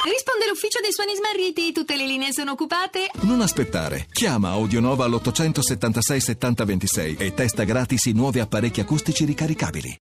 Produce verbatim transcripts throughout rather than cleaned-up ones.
Risponde l'ufficio dei suoni smarriti, tutte le linee sono occupate. Non aspettare, chiama Audionova all'ottocentosettantasei settanta ventisei e testa gratis i nuovi apparecchi acustici ricaricabili.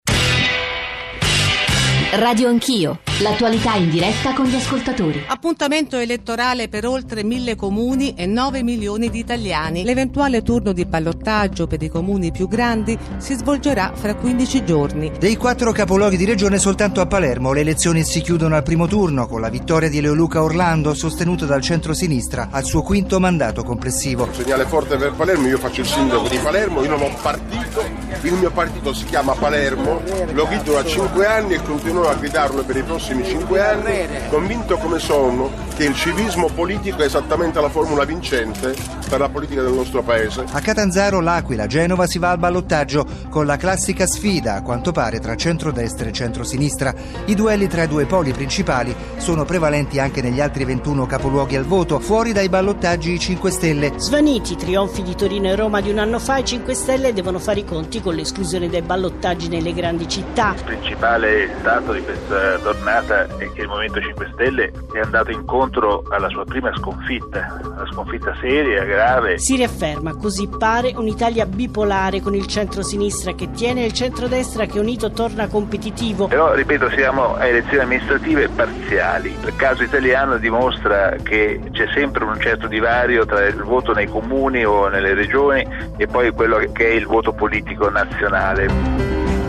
Radio Anch'io, l'attualità in diretta con gli ascoltatori. Appuntamento elettorale per oltre mille comuni e nove milioni di italiani. L'eventuale turno di ballottaggio per i comuni più grandi si svolgerà fra quindici giorni. Dei quattro capoluoghi di regione soltanto a Palermo le elezioni si chiudono al primo turno con la vittoria di Leoluca Orlando sostenuto dal centro-sinistra al suo quinto mandato complessivo. Segnale forte per Palermo, io faccio il sindaco di Palermo, io non ho partito, il mio partito si chiama Palermo, lo guido da cinque anni e continuo a guidarlo per i prossimi cinque anni, convinto come sono che il civismo politico è esattamente la formula vincente per la politica del nostro paese. A Catanzaro, L'Aquila, Genova si va al ballottaggio con la classica sfida, a quanto pare, tra centrodestra e centrosinistra. I duelli tra i due poli principali sono prevalenti anche negli altri ventuno capoluoghi al voto, fuori dai ballottaggi i cinque Stelle. Svaniti i trionfi di Torino e Roma di un anno fa, i cinque Stelle devono fare i conti con l'esclusione dai ballottaggi nelle grandi città. Il principale dato di questa tornata è che il Movimento cinque Stelle è andato incontro alla sua prima sconfitta, una sconfitta seria, grave. Si riafferma, così pare, un'Italia bipolare con il centro-sinistra che tiene e il centrodestra che unito torna competitivo. Però, ripeto, siamo a elezioni amministrative parziali. Il caso italiano dimostra che c'è sempre un certo divario tra il voto nei comuni o nelle regioni e poi quello che è il voto politico nazionale.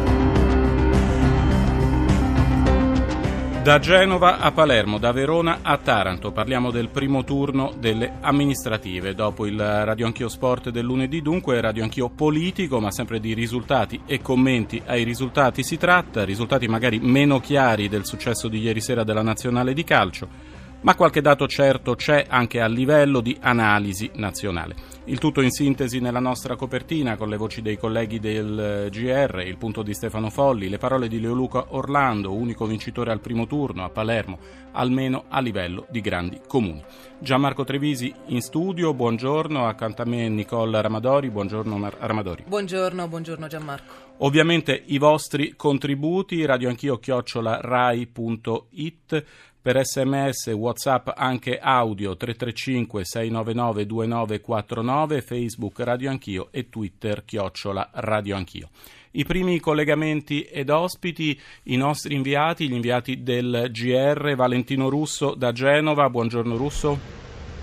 Da Genova a Palermo, da Verona a Taranto, parliamo del primo turno delle amministrative. Dopo il Radio Anch'io Sport del lunedì, dunque Radio Anch'io Politico, ma sempre di risultati e commenti ai risultati si tratta, risultati magari meno chiari del successo di ieri sera della Nazionale di calcio, ma qualche dato certo c'è anche a livello di analisi nazionale. Il tutto in sintesi nella nostra copertina con le voci dei colleghi del G R, il punto di Stefano Folli, le parole di Leoluca Orlando, unico vincitore al primo turno a Palermo, almeno a livello di grandi comuni. Gianmarco Trevisi in studio, buongiorno, accanto a me Nicole Ramadori, buongiorno Mar- Ramadori. Buongiorno, buongiorno Gianmarco. Ovviamente i vostri contributi, radioanchio chiocciola rai punto it, per sms, whatsapp anche audio tre tre cinque sei nove nove due nove quattro nove, Facebook Radio Anch'io e Twitter chiocciola Radio Anch'io. I primi collegamenti ed ospiti, i nostri inviati, gli inviati del G R, Valentino Russo da Genova, buongiorno Russo.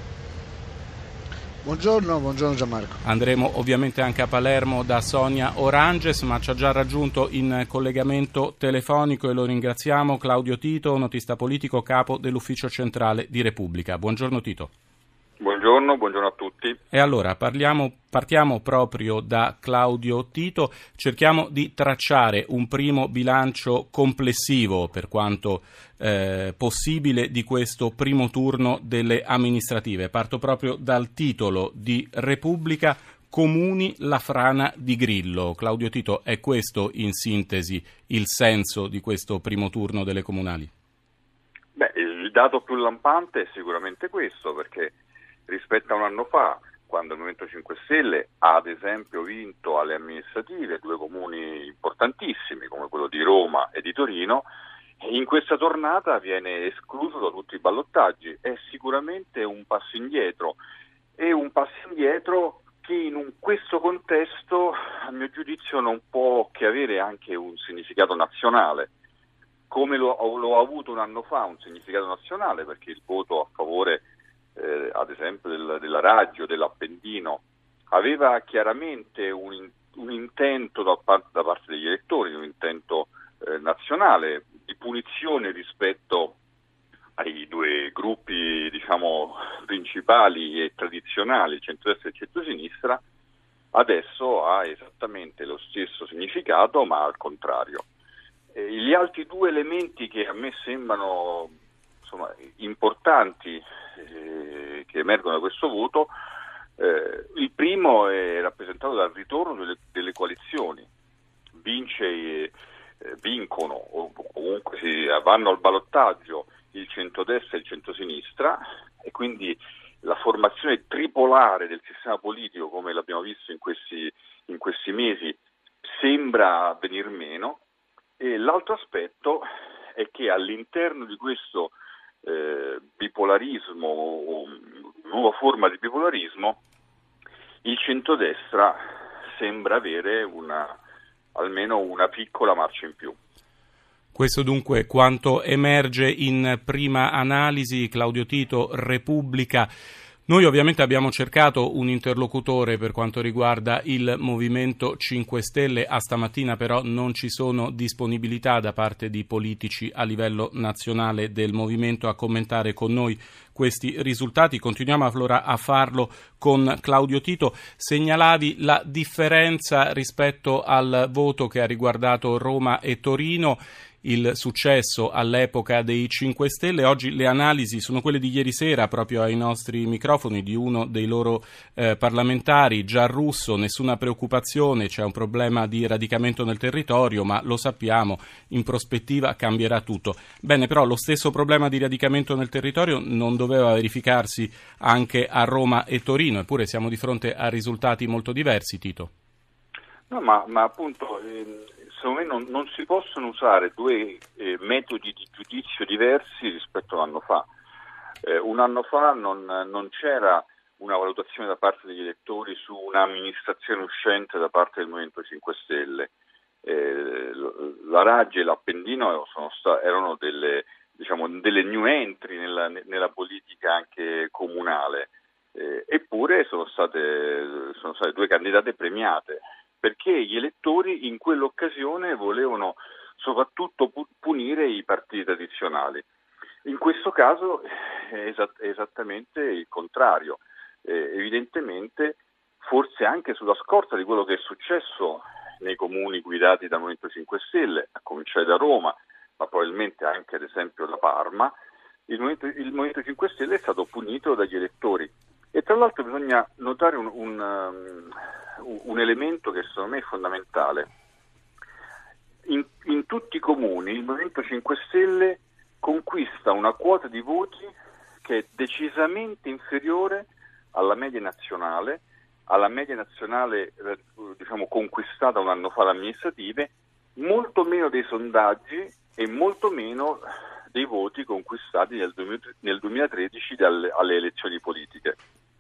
Buongiorno, buongiorno Gianmarco. Andremo ovviamente anche a Palermo da Sonia Oranges, ma ci ha già raggiunto in collegamento telefonico e lo ringraziamo Claudio Tito, notista politico, capo dell'Ufficio Centrale di Repubblica. Buongiorno Tito. Buongiorno, buongiorno a tutti. E allora parliamo, partiamo proprio da Claudio Tito, cerchiamo di tracciare un primo bilancio complessivo per quanto eh, possibile di questo primo turno delle amministrative. Parto proprio dal titolo di Repubblica, Comuni la frana di Grillo. Claudio Tito, è questo in sintesi il senso di questo primo turno delle comunali? Beh, il dato più lampante è sicuramente questo, perché rispetto a un anno fa, quando il Movimento cinque Stelle ha ad esempio vinto alle amministrative due comuni importantissimi come quello di Roma e di Torino, in questa tornata viene escluso da tutti i ballottaggi. È sicuramente un passo indietro, e un passo indietro che in un, questo contesto, a mio giudizio, non può che avere anche un significato nazionale, come lo, lo ha avuto un anno fa un significato nazionale, perché il voto a favore Eh, ad esempio del, della Raggio, dell'Appendino, aveva chiaramente un, in, un intento da, par- da parte degli elettori, un intento eh, nazionale di punizione rispetto ai due gruppi, diciamo, principali e tradizionali, centrodestra e centrosinistra. Adesso ha esattamente lo stesso significato, ma al contrario. Eh, gli altri due elementi che a me sembrano insomma importanti eh, che emergono da questo voto, eh, il primo è rappresentato dal ritorno delle, delle coalizioni. Vince, eh, vincono o comunque si vanno al ballottaggio il centrodestra e il centrosinistra, e quindi la formazione tripolare del sistema politico, come l'abbiamo visto in questi, in questi mesi, sembra venir meno. E l'altro aspetto è che all'interno di questo eh, bipolarismo o nuova forma di bipolarismo, il centrodestra sembra avere una, almeno una piccola marcia in più. Questo dunque quanto emerge in prima analisi. Claudio Tito, Repubblica. Noi ovviamente abbiamo cercato un interlocutore per quanto riguarda il Movimento cinque Stelle, a stamattina però non ci sono disponibilità da parte di politici a livello nazionale del Movimento a commentare con noi questi risultati. Continuiamo allora a farlo con Claudio Tito. Segnalavi la differenza rispetto al voto che ha riguardato Roma e Torino, il successo all'epoca dei cinque Stelle. Oggi le analisi sono quelle di ieri sera, proprio ai nostri microfoni, di uno dei loro eh, parlamentari, Giarrusso. Nessuna preoccupazione, c'è un problema di radicamento nel territorio, ma lo sappiamo, in prospettiva cambierà tutto. Bene, però lo stesso problema di radicamento nel territorio non doveva verificarsi anche a Roma e Torino, eppure siamo di fronte a risultati molto diversi, Tito. No, ma, ma appunto... Eh... Secondo me non, non si possono usare due eh, metodi di giudizio diversi rispetto a un anno fa. Eh, un anno fa non, non c'era una valutazione da parte degli elettori su un'amministrazione uscente da parte del Movimento cinque Stelle. Eh, la Raggi e l'Appendino sono sta- erano delle, diciamo, delle new entry nella, nella politica anche comunale, eh, eppure sono state, sono state due candidate premiate, perché gli elettori in quell'occasione volevano soprattutto punire i partiti tradizionali. In questo caso è, esatt- è esattamente il contrario. Eh, evidentemente, forse anche sulla scorta di quello che è successo nei comuni guidati dal Movimento cinque Stelle, a cominciare da Roma, ma probabilmente anche ad esempio da Parma, il Movimento, il Movimento cinque Stelle è stato punito dagli elettori. E tra l'altro bisogna notare un, un, um, un elemento che secondo me è fondamentale. In, in tutti i comuni il Movimento cinque Stelle conquista una quota di voti che è decisamente inferiore alla media nazionale, alla media nazionale eh, diciamo conquistata un anno fa alle amministrative, molto meno dei sondaggi e molto meno dei voti conquistati nel, nel duemilatredici dalle, alle elezioni politiche.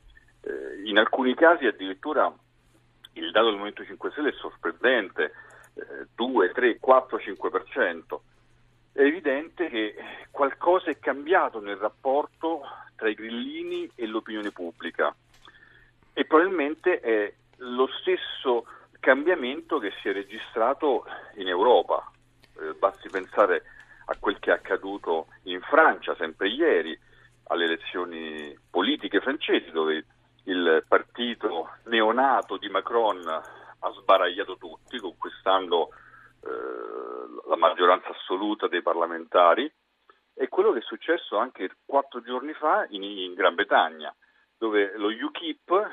Eh, in alcuni casi addirittura il dato del Movimento cinque Stelle è sorprendente, eh, due, tre, quattro, cinque per cento. È evidente che qualcosa è cambiato nel rapporto tra i grillini e l'opinione pubblica e probabilmente è lo stesso cambiamento che si è registrato in Europa. Eh, basti pensare a quel che è accaduto in Francia sempre ieri, alle elezioni politiche francesi, dove il partito neonato di Macron ha sbaragliato tutti, conquistando eh, la maggioranza assoluta dei parlamentari, e quello che è successo anche quattro giorni fa in, in Gran Bretagna, dove lo U K I P,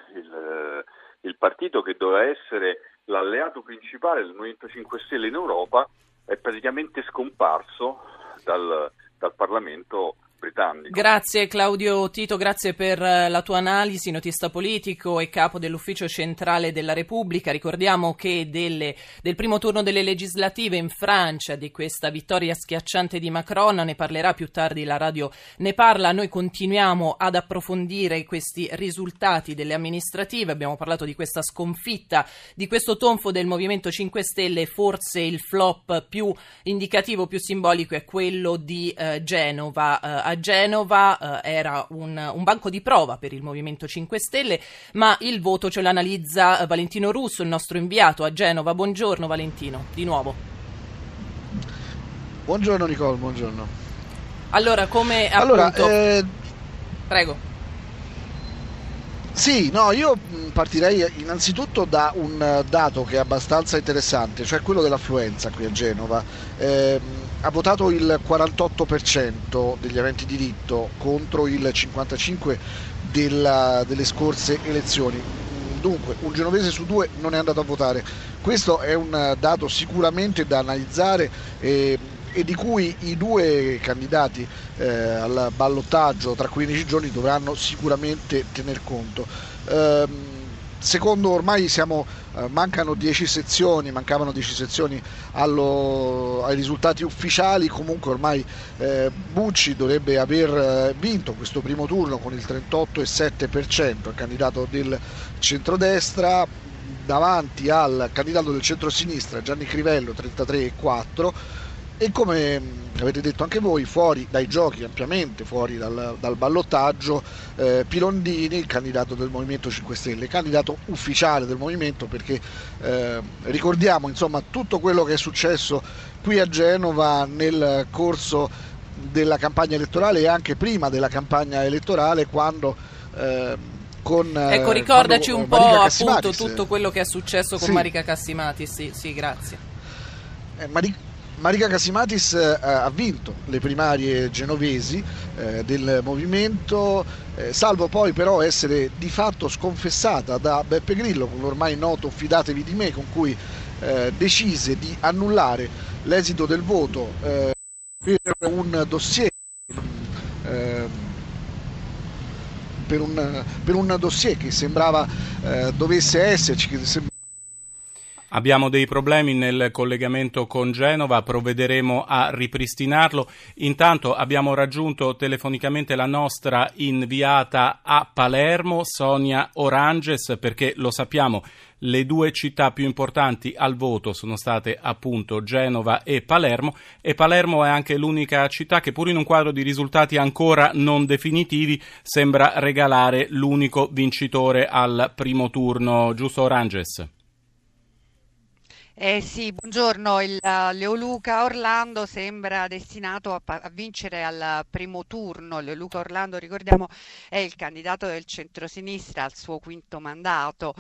il, il partito che doveva essere l'alleato principale del Movimento cinque Stelle in Europa, è praticamente scomparso dal, dal Parlamento britannico. Grazie Claudio Tito, grazie per la tua analisi, notista politico e capo dell'Ufficio Centrale della Repubblica. Ricordiamo che delle, del primo turno delle legislative in Francia, di questa vittoria schiacciante di Macron, ne parlerà più tardi la radio Ne Parla. Noi continuiamo ad approfondire questi risultati delle amministrative. Abbiamo parlato di questa sconfitta, di questo tonfo del Movimento cinque Stelle. Forse il flop più indicativo, più simbolico è quello di eh, Genova. Eh, A Genova eh, era un, un banco di prova per il Movimento cinque Stelle, ma il voto ce l'analizza eh, Valentino Russo, il nostro inviato a Genova. Buongiorno Valentino, di nuovo. Buongiorno Nicole, buongiorno. Allora, come allora, appunto... eh... Prego. Sì, no, io partirei innanzitutto da un dato che è abbastanza interessante, cioè quello dell'affluenza qui a Genova. Eh, ha votato il quarantotto per cento degli aventi diritto contro il cinquantacinque per cento della, delle scorse elezioni. Dunque, un genovese su due non è andato a votare. Questo è un dato sicuramente da analizzare eh, e di cui i due candidati eh, al ballottaggio tra quindici giorni dovranno sicuramente tener conto. Ehm, secondo ormai siamo, eh, mancano dieci sezioni, mancavano dieci sezioni allo, ai risultati ufficiali, comunque ormai eh, Bucci dovrebbe aver vinto questo primo turno con il trentotto virgola sette per cento, il candidato del centrodestra, davanti al candidato del centrosinistra Gianni Crivello trentatré virgola quattro per cento, e come avete detto anche voi, fuori dai giochi, ampiamente fuori dal, dal ballottaggio, eh, Pirondini, il candidato del Movimento cinque Stelle, candidato ufficiale del Movimento, perché eh, ricordiamo insomma tutto quello che è successo qui a Genova nel corso della campagna elettorale e anche prima della campagna elettorale, quando eh, con, ecco, ricordaci un po' appunto tutto quello che è successo con sì. Marica Cassimatis. Sì, sì, grazie. Eh, Marica Marica Cassimatis eh, ha vinto le primarie genovesi eh, del movimento, eh, salvo poi però essere di fatto sconfessata da Beppe Grillo, con l'ormai noto "fidatevi di me", con cui eh, decise di annullare l'esito del voto eh, per un dossier eh, per un, per un dossier che sembrava eh, dovesse esserci, che sem- Abbiamo dei problemi nel collegamento con Genova, provvederemo a ripristinarlo. Intanto abbiamo raggiunto telefonicamente la nostra inviata a Palermo, Sonia Oranges, perché lo sappiamo, le due città più importanti al voto sono state appunto Genova e Palermo, e Palermo è anche l'unica città che, pur in un quadro di risultati ancora non definitivi, sembra regalare l'unico vincitore al primo turno. Giusto, Oranges? Eh sì, buongiorno. Il uh, Leoluca Orlando sembra destinato a, a vincere al primo turno. Leoluca Orlando, ricordiamo, è il candidato del centrosinistra al suo quinto mandato.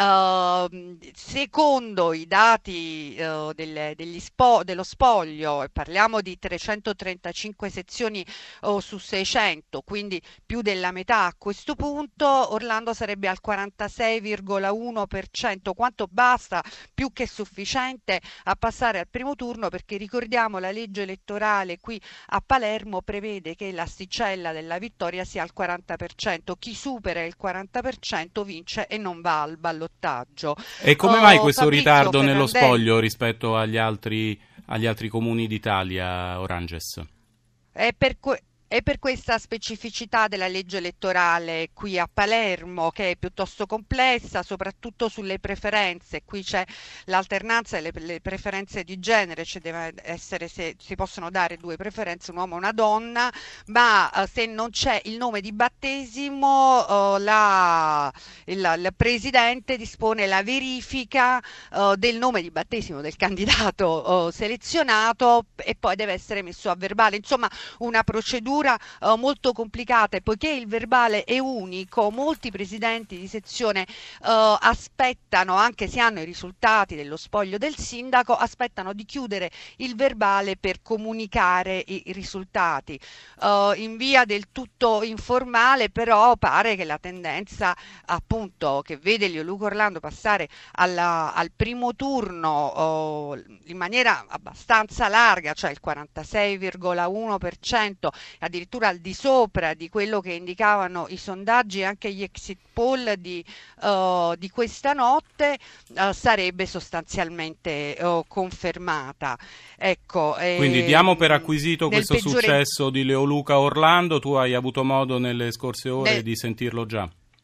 Uh, secondo i dati uh, del, degli spo, dello spoglio, parliamo di trecentotrentacinque sezioni uh, su seicento, quindi più della metà a questo punto. Orlando sarebbe al quarantasei virgola uno per cento, quanto basta, più che sufficiente a passare al primo turno, perché ricordiamo la legge elettorale qui a Palermo prevede che l'asticella della vittoria sia al quaranta per cento. Chi supera il quaranta per cento vince e non va al ballottaggio. E come mai questo Fabrizio ritardo nello Ferrandelli spoglio rispetto agli altri, agli altri comuni d'Italia, Oranges? È per que- E per questa specificità della legge elettorale qui a Palermo, che è piuttosto complessa, soprattutto sulle preferenze. Qui c'è l'alternanza e le, le preferenze di genere, ci deve essere, se, si possono dare due preferenze, un uomo e una donna, ma eh, se non c'è il nome di battesimo, eh, la, il, il presidente dispone la verifica eh, del nome di battesimo del candidato eh, selezionato, e poi deve essere messo a verbale. Insomma, una procedura Uh, molto complicata, e poiché il verbale è unico, molti presidenti di sezione uh, aspettano, anche se hanno i risultati dello spoglio del sindaco, aspettano di chiudere il verbale per comunicare i, i risultati. Uh, in via del tutto informale, però pare che la tendenza, appunto, che vede Leoluca Orlando passare alla, al primo turno uh, in maniera abbastanza larga, cioè il quarantasei virgola uno per cento, addirittura al di sopra di quello che indicavano i sondaggi e anche gli exit poll di, uh, di questa notte, uh, sarebbe sostanzialmente uh, confermata. Ecco, quindi diamo per acquisito questo peggiore... successo di Leoluca Orlando. Tu hai avuto modo nelle scorse ore nel... di sentirlo già?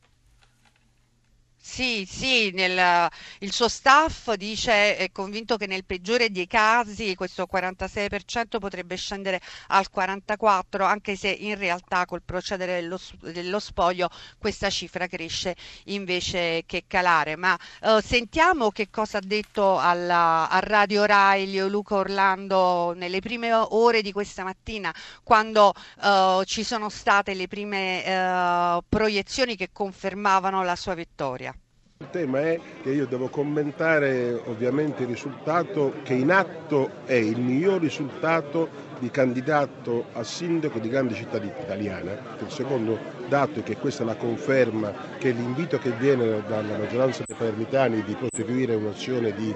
Sì, sì, nel, il suo staff dice, è convinto che nel peggiore dei casi questo quarantasei per cento potrebbe scendere al quarantaquattro per cento, anche se in realtà col procedere dello, dello spoglio questa cifra cresce invece che calare. Ma eh, sentiamo che cosa ha detto alla, a Radio Rai Leoluca Orlando nelle prime ore di questa mattina, quando eh, ci sono state le prime eh, proiezioni che confermavano la sua vittoria. Il tema è che io devo commentare ovviamente il risultato che in atto è il miglior risultato di candidato a sindaco di grande città italiana. Il secondo dato è che questa è la conferma che l'invito che viene dalla maggioranza dei palermitani di proseguire un'azione di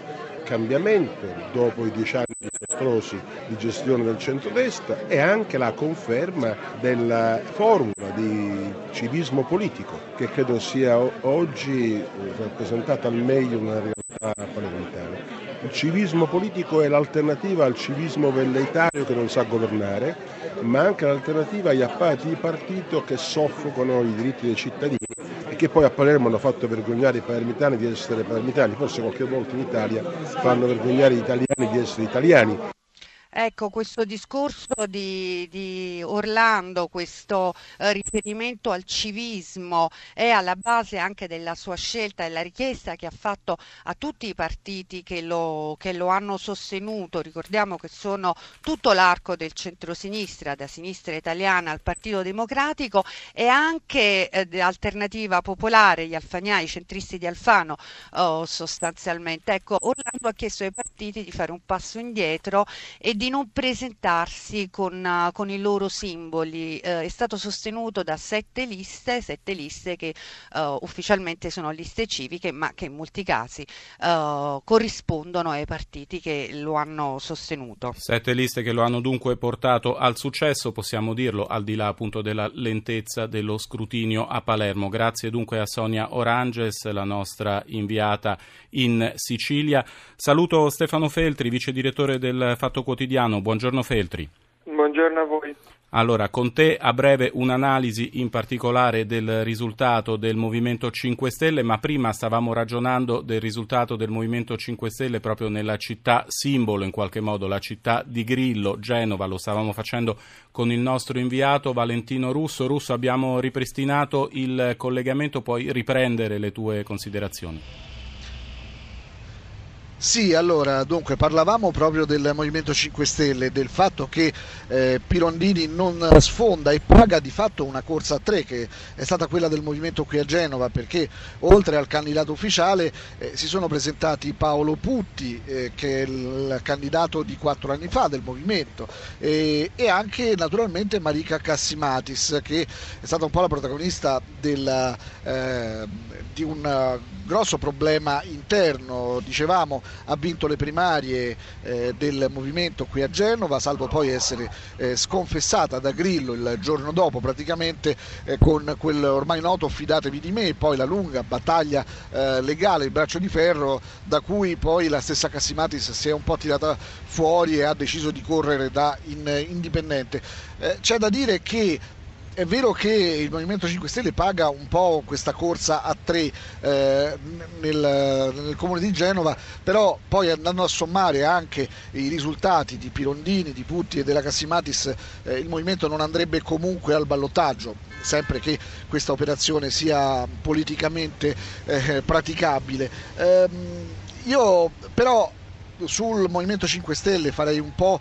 cambiamento dopo i dieci anni disastrosi di gestione del centrodestra e anche la conferma della formula di civismo politico che credo sia oggi rappresentata al meglio nella realtà palermitana. Il civismo politico è l'alternativa al civismo velleitario che non sa governare, ma anche l'alternativa agli appalti di partito che soffocano i diritti dei cittadini e che poi a Palermo hanno fatto vergognare i palermitani di essere palermitani, forse qualche volta in Italia fanno vergognare gli italiani di essere italiani. Ecco, questo discorso di, di Orlando, questo eh, riferimento al civismo è alla base anche della sua scelta e la richiesta che ha fatto a tutti i partiti che lo, che lo hanno sostenuto. Ricordiamo che sono tutto l'arco del centrosinistra, da Sinistra Italiana al Partito Democratico e anche eh, Alternativa Popolare, gli alfagnai, i centristi di Alfano oh, sostanzialmente. Ecco, Orlando ha chiesto ai partiti di fare un passo indietro e di non presentarsi con, uh, con i loro simboli. Uh, è stato sostenuto da sette liste, sette liste che uh, ufficialmente sono liste civiche, ma che in molti casi uh, corrispondono ai partiti che lo hanno sostenuto. Sette liste che lo hanno dunque portato al successo, possiamo dirlo, al di là appunto della lentezza dello scrutinio a Palermo. Grazie dunque a Sonia Oranges, la nostra inviata in Sicilia. Saluto Stefano Feltri, vice direttore del Fatto Quotidiano. Buongiorno Feltri. Buongiorno a voi. Allora, con te a breve un'analisi in particolare del risultato del Movimento cinque Stelle, ma prima stavamo ragionando del risultato del Movimento cinque Stelle proprio nella città simbolo, in qualche modo, la città di Grillo, Genova. Lo stavamo facendo con il nostro inviato Valentino Russo. Russo, abbiamo ripristinato il collegamento, puoi riprendere le tue considerazioni. Sì, allora, dunque, parlavamo proprio del Movimento cinque Stelle, del fatto che eh, Pirondini non sfonda e paga di fatto una corsa a tre, che è stata quella del Movimento qui a Genova, perché oltre al candidato ufficiale eh, si sono presentati Paolo Putti, eh, che è il candidato di quattro anni fa del Movimento, e, e anche naturalmente Marica Cassimatis, che è stata un po' la protagonista del, eh, di un grosso problema interno. Dicevamo, ha vinto le primarie eh, del movimento qui a Genova, salvo poi essere eh, sconfessata da Grillo il giorno dopo, praticamente eh, con quel ormai noto fidatevi di me, poi la lunga battaglia eh, legale, il braccio di ferro, da cui poi la stessa Cassimatis si è un po' tirata fuori e ha deciso di correre da in, indipendente. Eh, c'è da dire che è vero che il Movimento cinque Stelle paga un po' questa corsa a tre eh, nel, nel comune di Genova, però poi andando a sommare anche i risultati di Pirondini, di Putti e della Cassimatis, eh, il Movimento non andrebbe comunque al ballottaggio, sempre che questa operazione sia politicamente eh, praticabile. Eh, io però sul Movimento cinque Stelle farei un po'...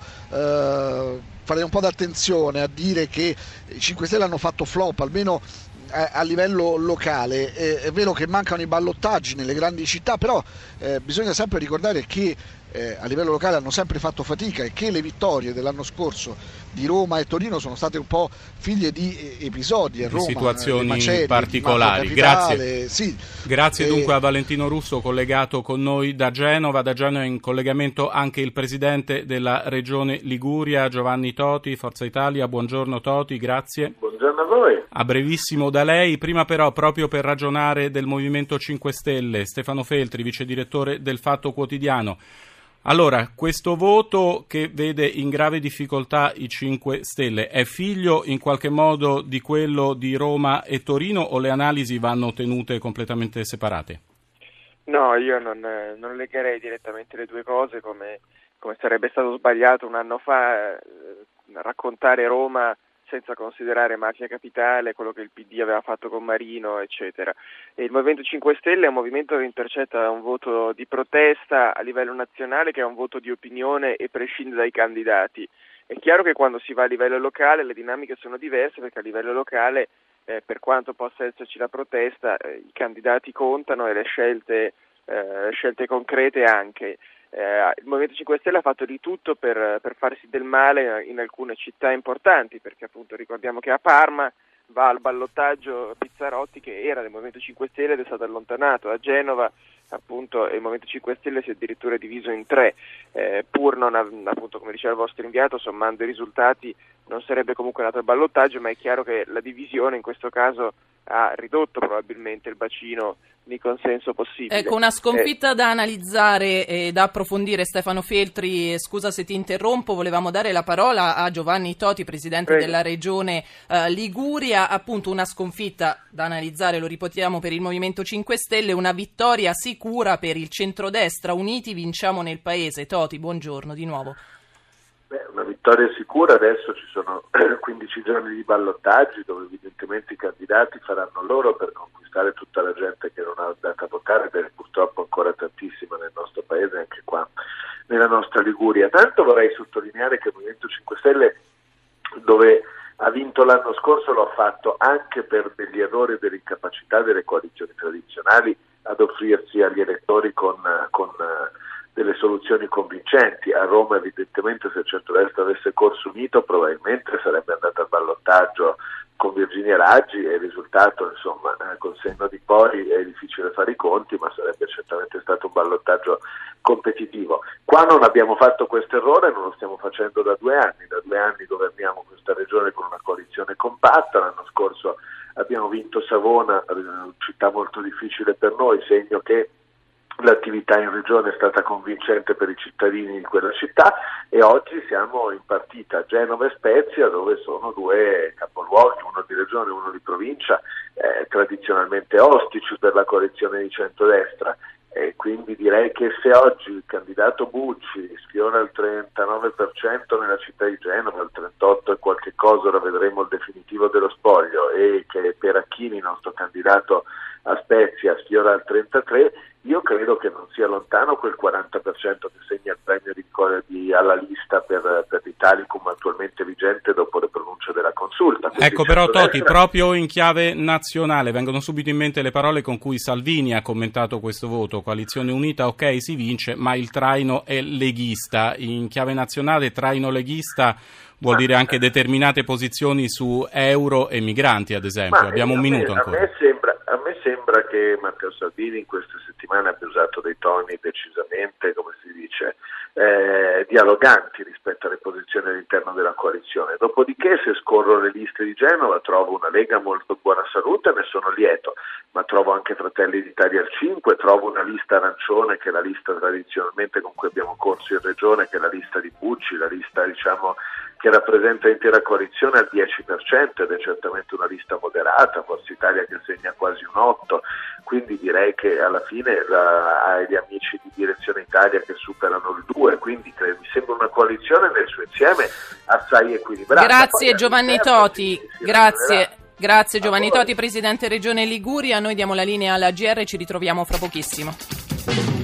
Eh, farei un po' d'attenzione a dire che i cinque Stelle hanno fatto flop, almeno a, a livello locale. È, è vero che mancano i ballottaggi nelle grandi città, però eh, bisogna sempre ricordare che eh, a livello locale hanno sempre fatto fatica e che le vittorie dell'anno scorso di Roma e Torino sono state un po' figlie di episodi a di Roma, situazioni macerie, particolari. Di Grazie. Sì. Grazie e... dunque a Valentino Russo, collegato con noi da Genova. Da Genova è in collegamento anche il presidente della Regione Liguria, Giovanni Toti, Forza Italia. Buongiorno Toti, grazie. Buongiorno a voi. A brevissimo da lei. Prima però, proprio per ragionare del Movimento cinque Stelle, Stefano Feltri, vice direttore del Fatto Quotidiano. Allora, questo voto che vede in grave difficoltà i cinque Stelle è figlio in qualche modo di quello di Roma e Torino, o le analisi vanno tenute completamente separate? No, io non, non legherei direttamente le due cose, come, come sarebbe stato sbagliato un anno fa eh, raccontare Roma senza considerare Mafia Capitale, quello che il P D aveva fatto con Marino, eccetera. E il Movimento cinque Stelle è un movimento che intercetta un voto di protesta a livello nazionale, che è un voto di opinione e prescinde dai candidati. È chiaro che quando si va a livello locale le dinamiche sono diverse, perché a livello locale, eh, per quanto possa esserci la protesta, eh, i candidati contano e le scelte, eh, scelte concrete anche. Eh, il Movimento cinque Stelle ha fatto di tutto per, per farsi del male in alcune città importanti, perché appunto ricordiamo che a Parma va al ballottaggio Pizzarotti, che era del Movimento cinque Stelle ed è stato allontanato. A Genova appunto il Movimento cinque Stelle si è addirittura diviso in tre, eh, pur non appunto come diceva il vostro inviato, sommando i risultati non sarebbe comunque nato il ballottaggio, ma è chiaro che la divisione in questo caso ha ridotto probabilmente il bacino di consenso possibile. Ecco, una sconfitta eh. da analizzare e da approfondire. Stefano Feltri, scusa se ti interrompo, volevamo dare la parola a Giovanni Toti, presidente Prego. della regione eh, Liguria. Appunto, una sconfitta da analizzare, lo ripetiamo, per il Movimento cinque Stelle, una vittoria sicura per il centrodestra. Uniti vinciamo nel paese. Toti, buongiorno di nuovo. Beh, una vittoria sicura. Adesso ci sono quindici giorni di ballottaggi dove evidentemente i candidati faranno loro per conquistare tutta la gente che non ha andato a votare, perché purtroppo ancora tantissima nel nostro paese, anche qua nella nostra Liguria. Tanto vorrei sottolineare che il Movimento cinque Stelle, dove ha vinto l'anno scorso, lo ha fatto anche per degli errori e dell'incapacità delle coalizioni tradizionali ad offrirsi agli elettori con, con delle soluzioni convincenti. A Roma evidentemente se il centrodestra avesse corso unito probabilmente sarebbe andato al ballottaggio con Virginia Raggi e il risultato, insomma, eh, col senno di poi è difficile fare i conti, ma sarebbe certamente stato un ballottaggio competitivo. Qua non abbiamo fatto questo errore, non lo stiamo facendo da due anni, da due anni governiamo questa regione con una coalizione compatta. L'anno scorso abbiamo vinto Savona, città molto difficile per noi, segno che l'attività in regione è stata convincente per i cittadini di quella città, e oggi siamo in partita Genova e Spezia, dove sono due capoluoghi, uno di regione e uno di provincia, eh, tradizionalmente ostici per la coalizione di centrodestra. E quindi direi che se oggi il candidato Bucci sfiora il trentanove per cento nella città di Genova, il trentotto e qualche cosa, ora vedremo il definitivo dello spoglio, e che Peracchini, nostro candidato a Spezia, sfiora il trentatré per cento, io credo che non sia lontano quel quaranta per cento che segna il premio di, di, alla lista per, per l'Italicum attualmente vigente dopo le pronunce della consulta. Quindi ecco però Toti, proprio in chiave nazionale vengono subito in mente le parole con cui Salvini ha commentato questo voto: coalizione unita, ok, si vince, ma il traino è leghista. In chiave nazionale traino leghista vuol dire anche determinate posizioni su euro e migranti, ad esempio. Ma abbiamo un me, minuto ancora. A me, sembra, a me sembra che Matteo Salvini in queste settimane abbia usato dei toni decisamente, come si dice, eh, dialoganti rispetto alle posizioni all'interno della coalizione. Dopodiché, se scorro le liste di Genova, trovo una Lega molto buona salute, ne sono lieto, ma trovo anche Fratelli d'Italia al cinque, trovo una lista arancione, che è la lista tradizionalmente con cui abbiamo corso in regione, che è la lista di Bucci, la lista, diciamo, che rappresenta l'intera coalizione al dieci per cento, ed è certamente una lista moderata, Forza Italia che segna quasi un otto, quindi direi che alla fine la, ha gli amici di Direzione Italia che superano il due, quindi credo, mi sembra una coalizione nel suo insieme assai equilibrata. Grazie Poi, Giovanni Toti, si, si grazie. Grazie Giovanni Toti, Presidente Regione Liguria. Noi diamo la linea alla G R, ci ritroviamo fra pochissimo.